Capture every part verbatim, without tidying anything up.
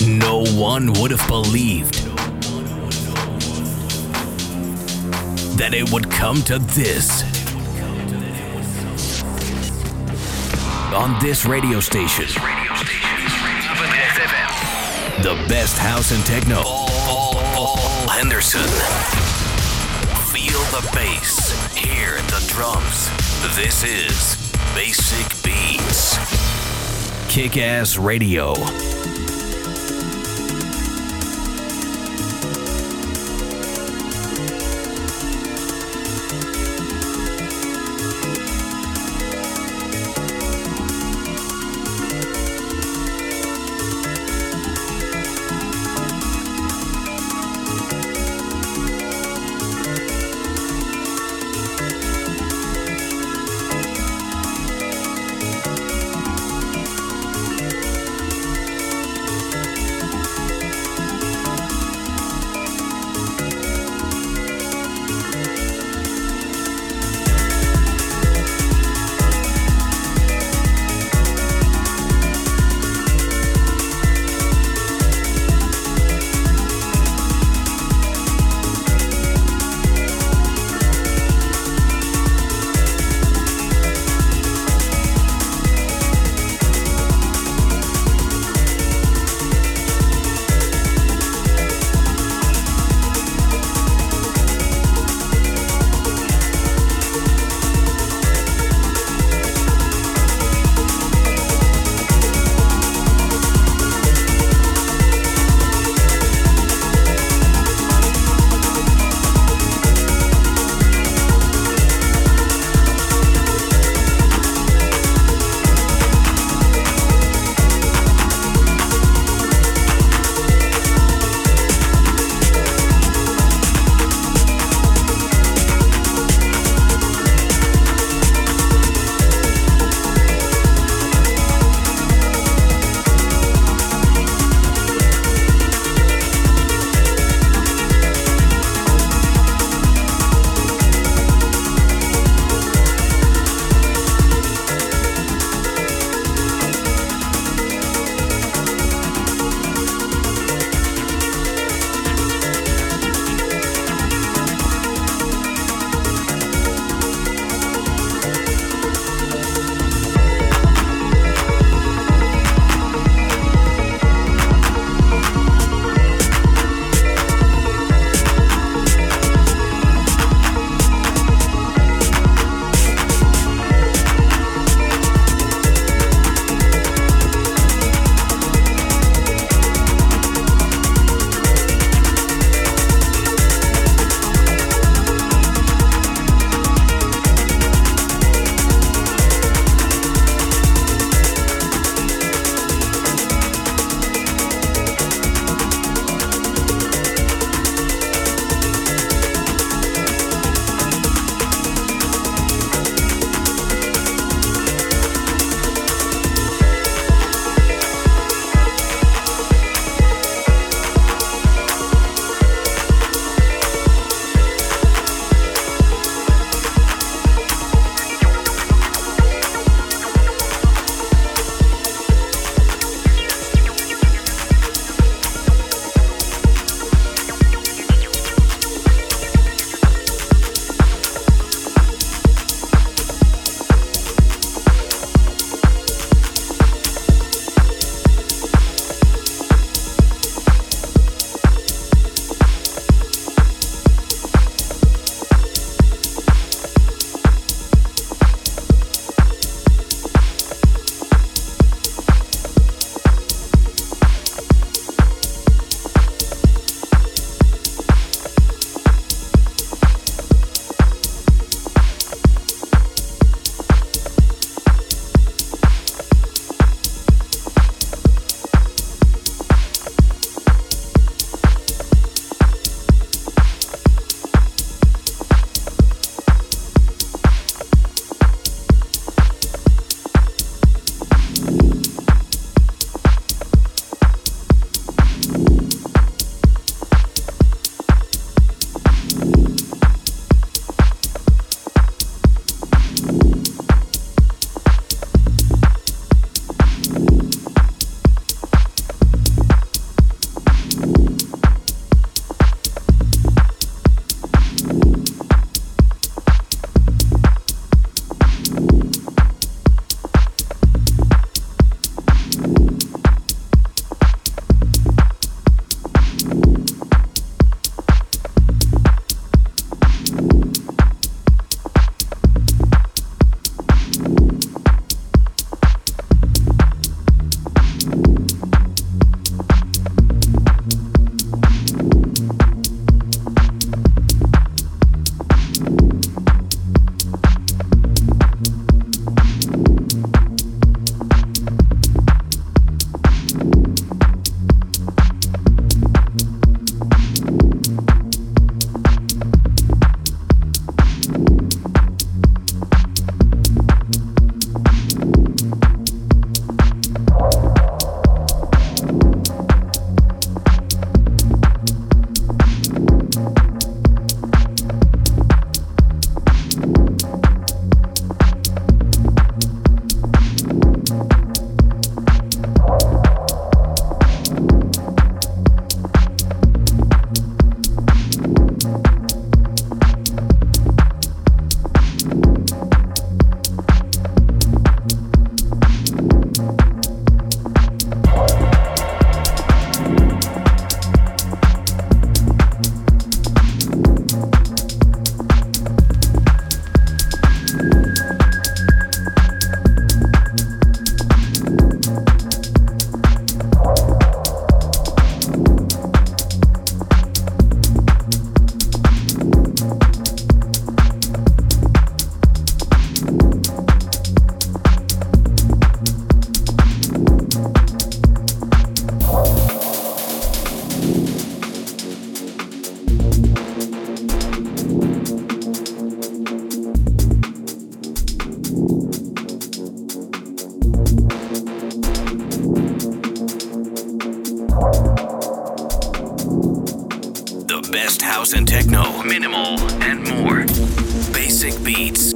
No one would have believed that it would come to this. On this radio station, the best house and techno. Paul Henderson. Feel the bass, hear the drums. This is Basic Beats. Kick-Ass Radio. best house and techno, minimal, and more. Basic Beats.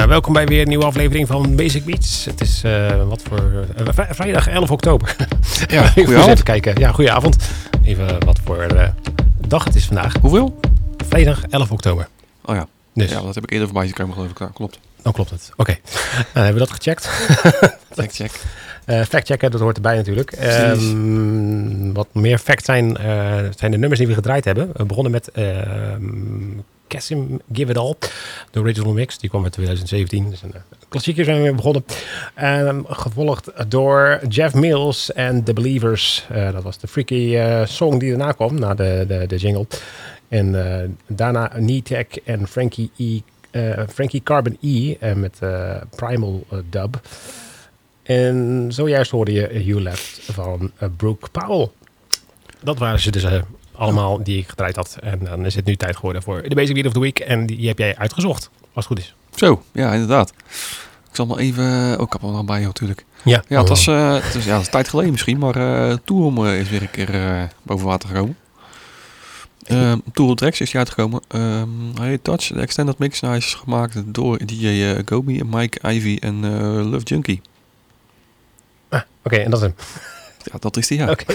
welkom bij weer een nieuwe aflevering van Basic Beats. Het is uh, wat voor uh, v- vrijdag elf oktober. Ja, goeie even kijken. Ja, goeie avond. Even wat voor uh, dag het is vandaag. Hoeveel? Vrijdag elf oktober. Oh ja. Dus. Ja, dat heb ik eerder voorbij gekomen, geloof ik. Ja, klopt. Dan klopt het. Oké. Okay. Dan hebben we dat gecheckt. Check, check. Uh, fact checken, dat hoort erbij natuurlijk. Um, wat meer facts zijn, uh, zijn de nummers die we gedraaid hebben. We begonnen met uh, Kasim Give It All, de original mix. Die kwam in twintig zeventien. Dus een uh, klassieker zijn we weer begonnen. Um, gevolgd door Jeff Mills en The Believers. Uh, dat was de freaky uh, song die daarna kwam, na de, de, de jingle. En uh, daarna Neatech en Frankie E. Uh, Frankie Carbon E. Uh, met uh, Primal uh, Dub. En zojuist hoorde je You Left van uh, Brooke Powell. Dat waren ze dus uh, allemaal die ik gedraaid had. En dan is het nu tijd geworden voor de Basic Beat of the Week. En die heb jij uitgezocht, als het goed is. Zo, ja, inderdaad. Ik zal maar even... Ook oh, nog bij natuurlijk. Ja, ja, het was, uh, het was ja, het is een tijd geleden misschien, maar uh, Toerom uh, is weer een keer uh, boven water gekomen. Uh, Tool Tracks is hij uitgekomen. Uh, hij heet Touch, de extended mix. Hij is gemaakt door D J uh, Gobi, Mike Ivy en uh, Love Junkie. Ah, oké, okay, en dat is hem. Ja, dat is die, ja. Oké. Okay.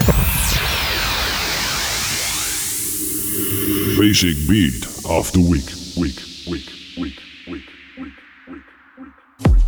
Basic Beat of the Week. Week, week, week, week, week, week, week.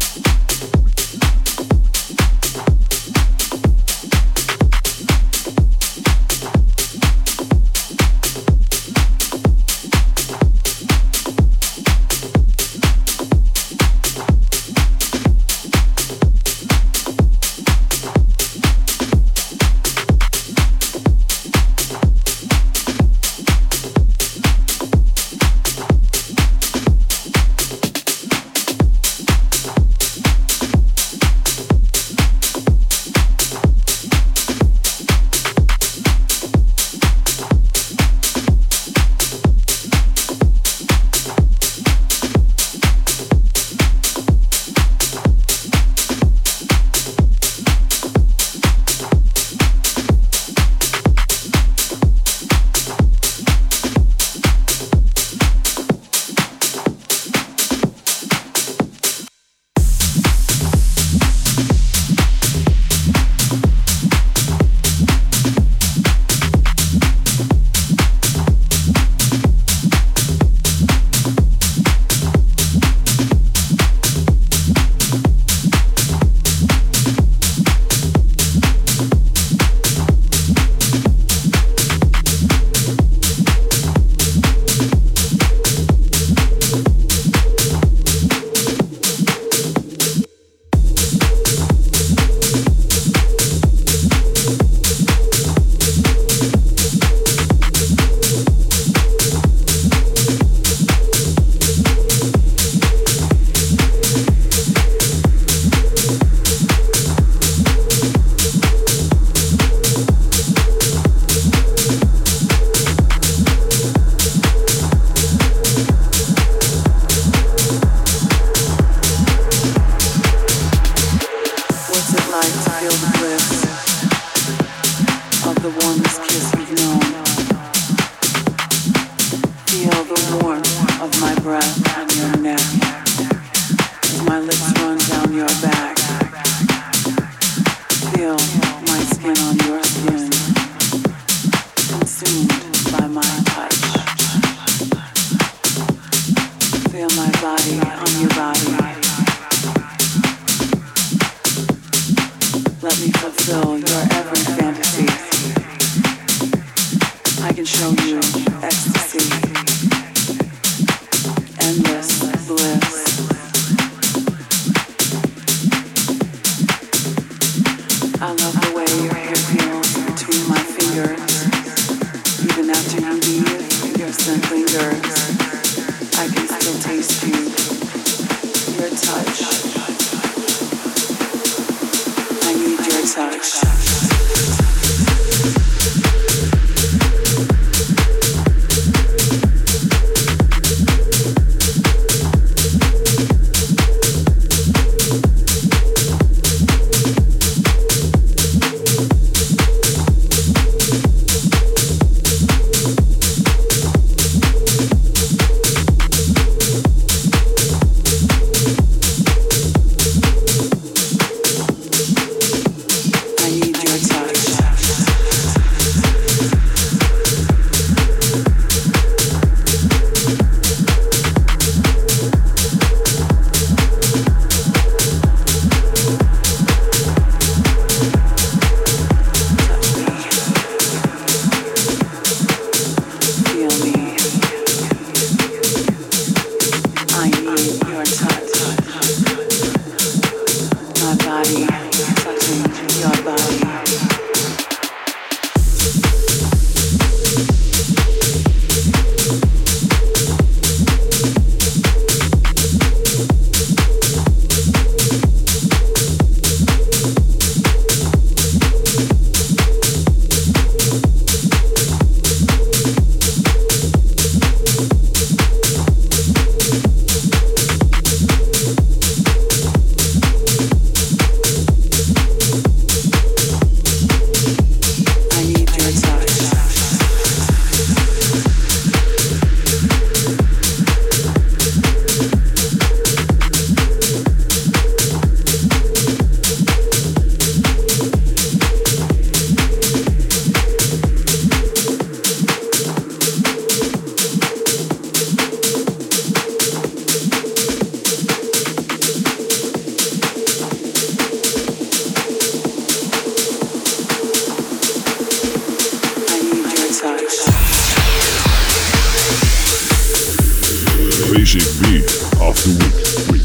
Basic Beat of the Week. week.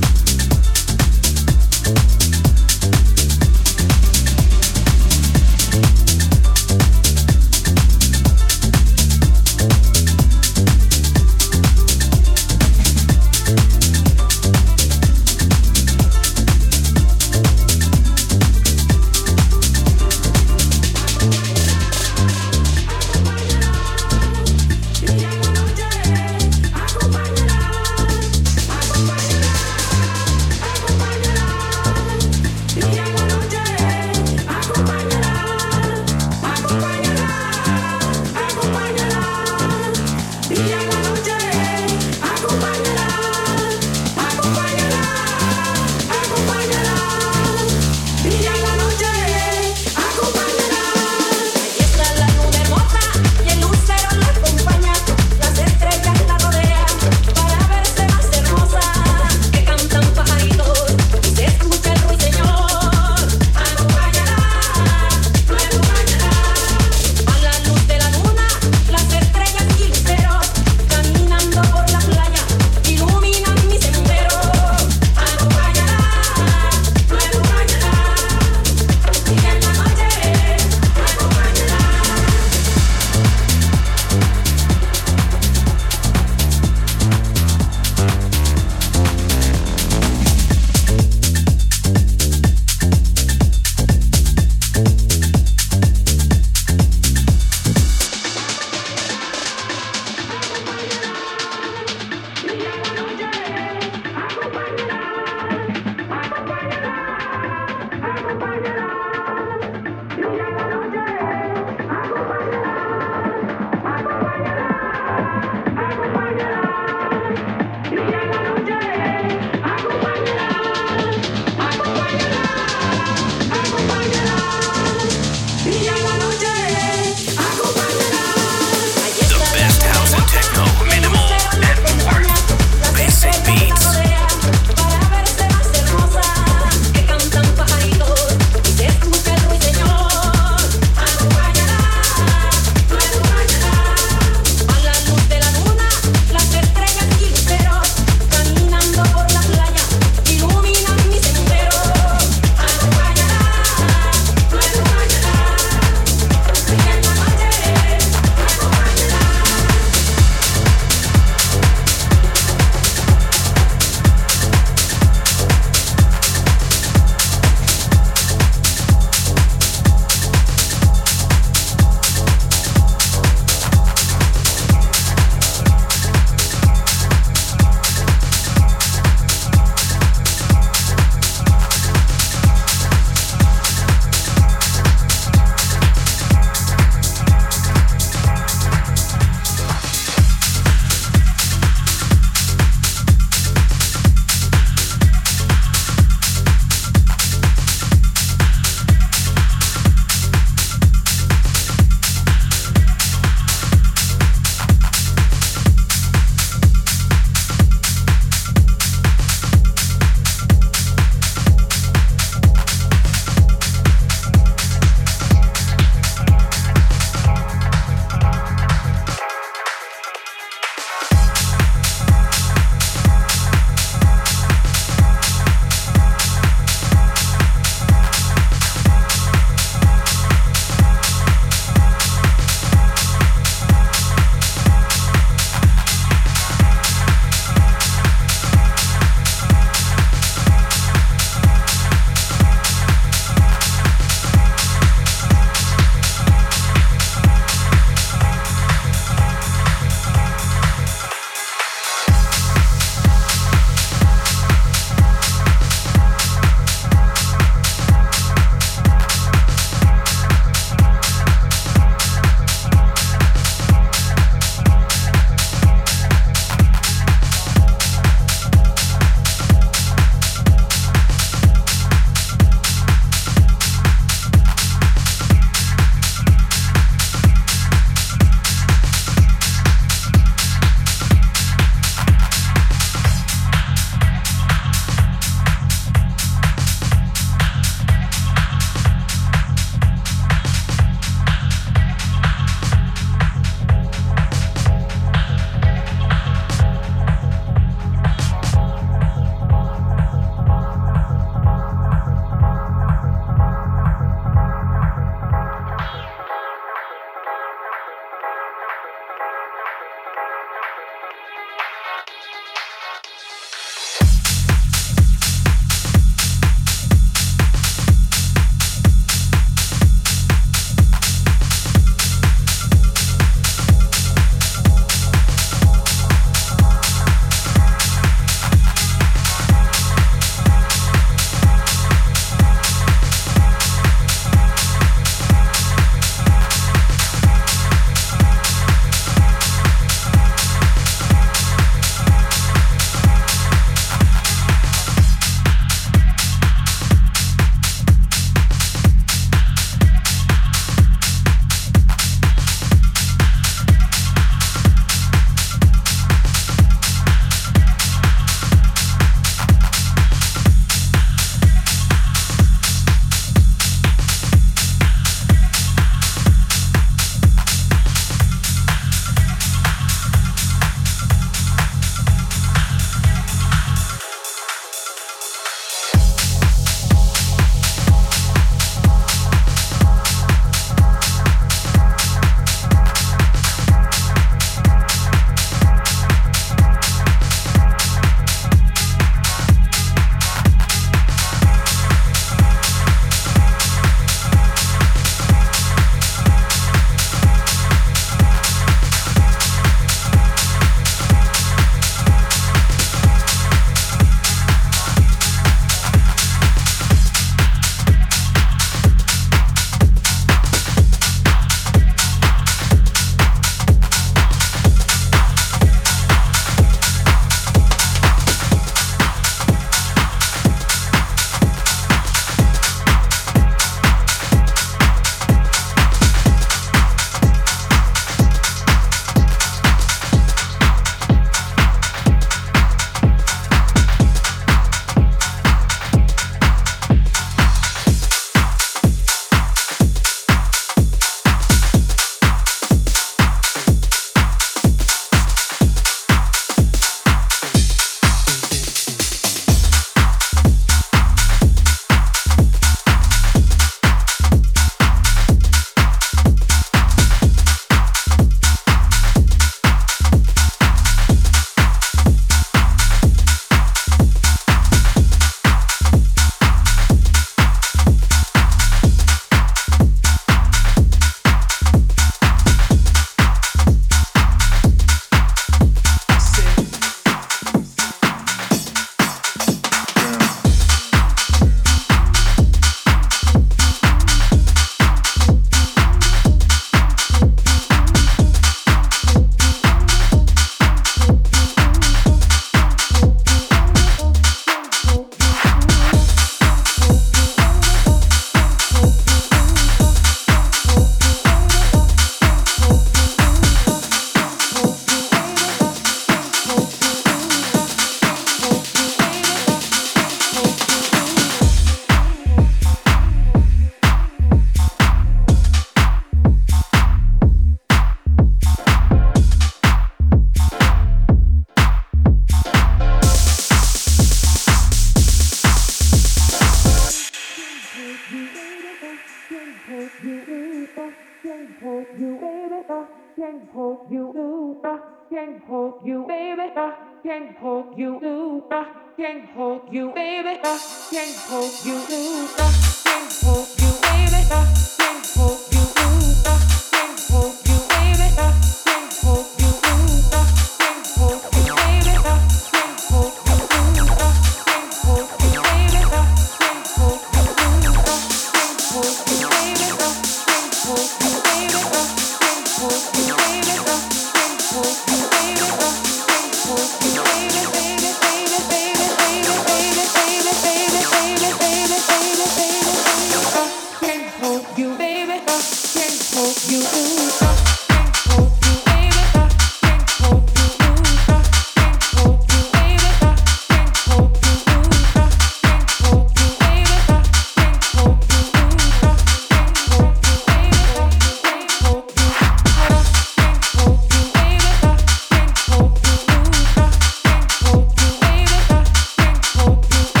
baby, I can hold you, I can hold you, baby, I can hold you, I can hold you, baby, I can hold you, I can hold you, baby, I can hold you, I can hold you, baby, I can hold you, I can hold you, baby, I can hold you, I can hold you, baby, I can hold you, I can hold you, baby, I can hold you, baby, I can hold you, baby, I can hold you, baby, I can hold you, baby, baby, baby, baby, baby, baby, baby, baby, baby, baby, baby, baby, I can hold you, baby, I can hold you, I can hold you, baby, I can hold you, I can hold you, baby, I can hold you, I can hold you, baby, I can hold you, I can hold you, baby, I can hold you, I can hold you, baby, I can hold you, I can hold you, baby, I can hold you, I can hold you, baby, I can hold you, I can hold you, I can hold you, I can hold you, I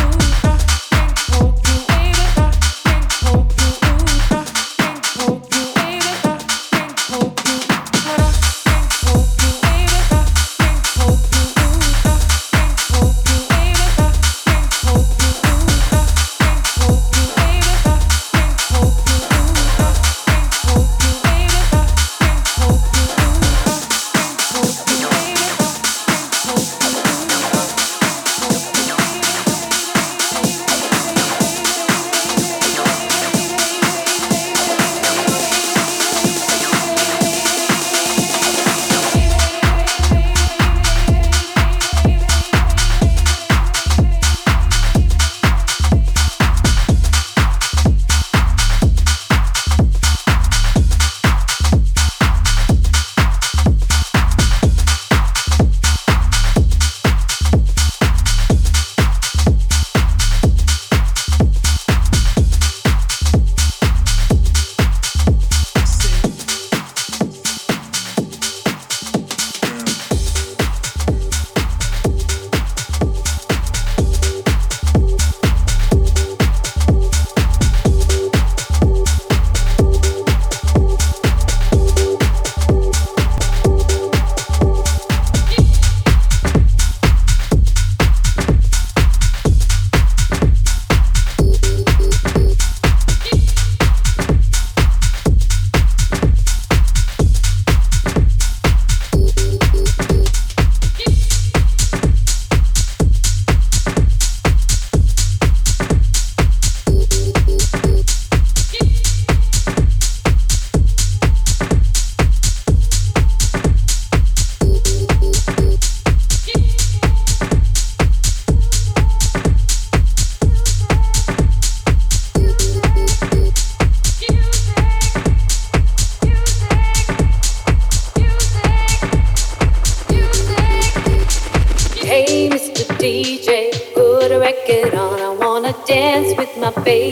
Hey, Mister D J, put a record on. I wanna dance with my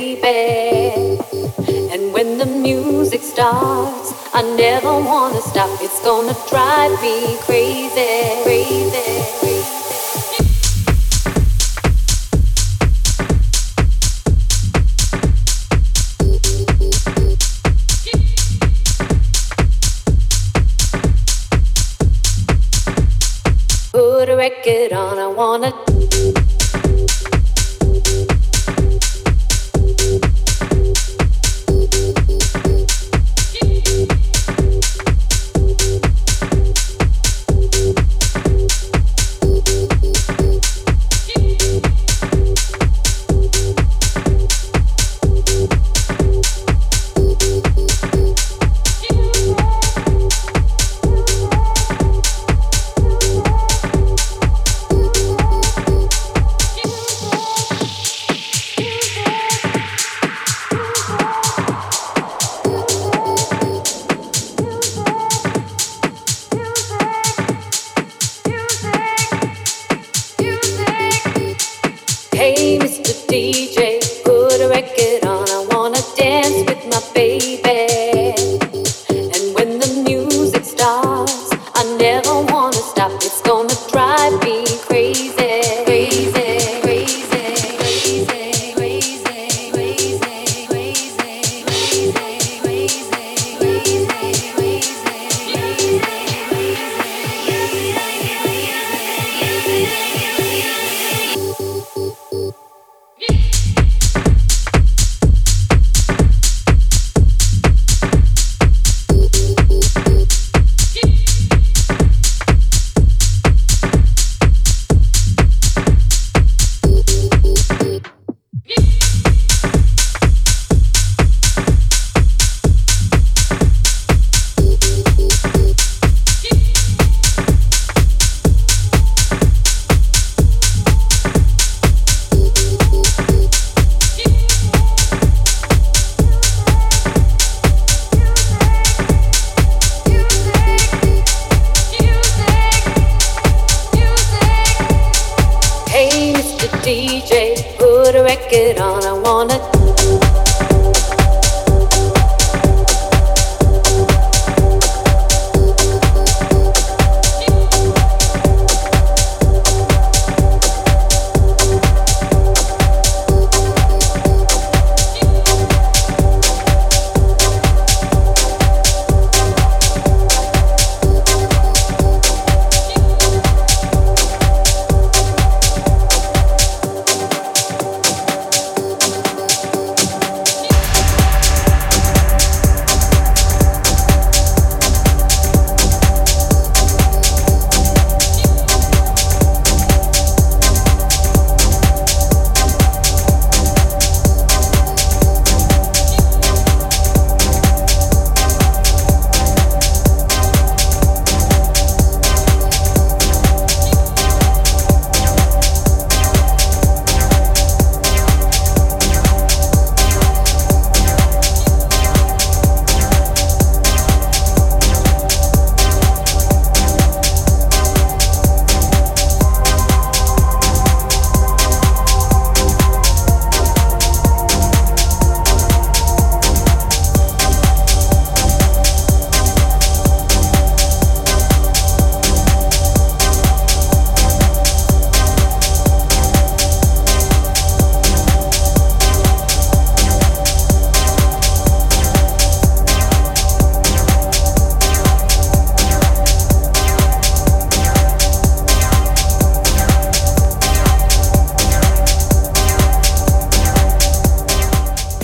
baby. And when the music starts, I never wanna stop. It's gonna drive me crazy, crazy, crazy. Put a record on, I wanna.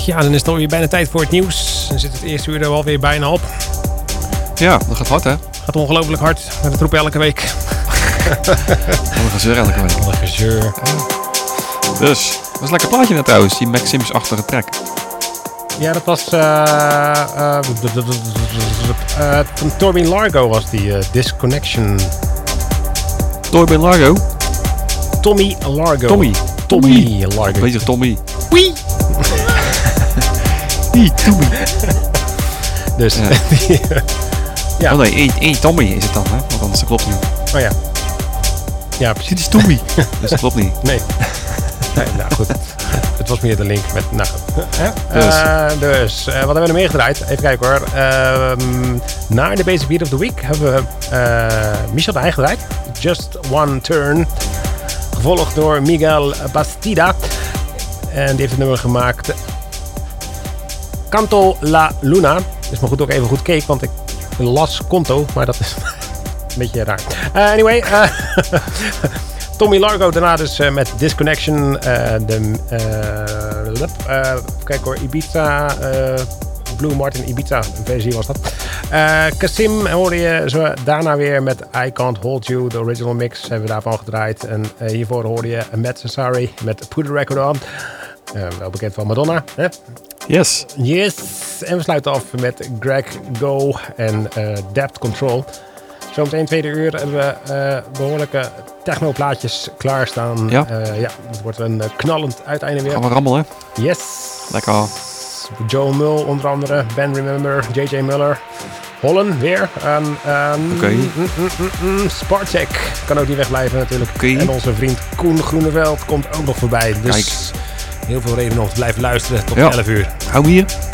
Ja, dan is het alweer bijna tijd voor het nieuws. Dan zit het eerste uur er alweer bijna op. Ja, dat gaat hard, hè? Gaat ongelooflijk hard. Maar dat roepen elke week. Wat een gezeur elke week. Wat een gezeur. Dus, dat is een lekker plaatje net trouwens, die Max Sims-achtige track. Ja, dat was... Uh, uh, uh, van Torbjörn Largo was die uh, Disconnection. Torbjörn Largo? Tommy Largo. Tommy. Tommy Largo. Weet je Tommy? Wee! Wie? Tommy. Dus... Ja. die, uh, ja. Oh nee, één, één Tommy is het dan, hè? Want anders klopt het niet. Oh ja. Ja, precies. Dit is Tommy. Dus dat klopt niet. Nee. Nee, nou goed. Het was meer de link met... Nou, hè? Dus, uh, dus uh, wat hebben we er meer gedraaid? Even kijken hoor. Uh, naar de Basic Beat of the Week hebben we uh, Michel de Heij gedraaid. Just One Turn. Gevolgd door Miguel Bastida. En die heeft het nummer gemaakt. Canto La Luna. Is maar goed ook even goed keek, want ik las Conto, maar dat is een beetje raar. Uh, anyway, uh, Tommy Largo daarna dus uh, met Disconnection. Uh, de, uh, uh, kijk hoor, Ibiza, uh, Blue Martin Ibiza versie was dat. Uh, Kasim hoorde je zo daarna weer met I Can't Hold You, de original mix hebben we daarvan gedraaid. En uh, hiervoor hoorde je Matt Cesari met Put the Record On. Uh, wel bekend van Madonna, hè? yes. Yes. En we sluiten af met Greg Go en uh, Depth Control. Zometeen tweede uur hebben we uh, behoorlijke technoplaatjes klaarstaan. Ja. Uh, ja, het wordt een uh, knallend uiteinde weer. Gaan we rammelen. Yes. Lekker. Joe Mull onder andere, Ben Remember, J J Miller, Holland weer. Um, um, Oké. Okay. mm, mm, mm, mm, Spartek kan ook niet wegblijven natuurlijk. Okay. En onze vriend Koen Groeneveld komt ook nog voorbij. Dus Kijk. heel veel reden om te blijven luisteren tot ja. elf uur. Hou me hier.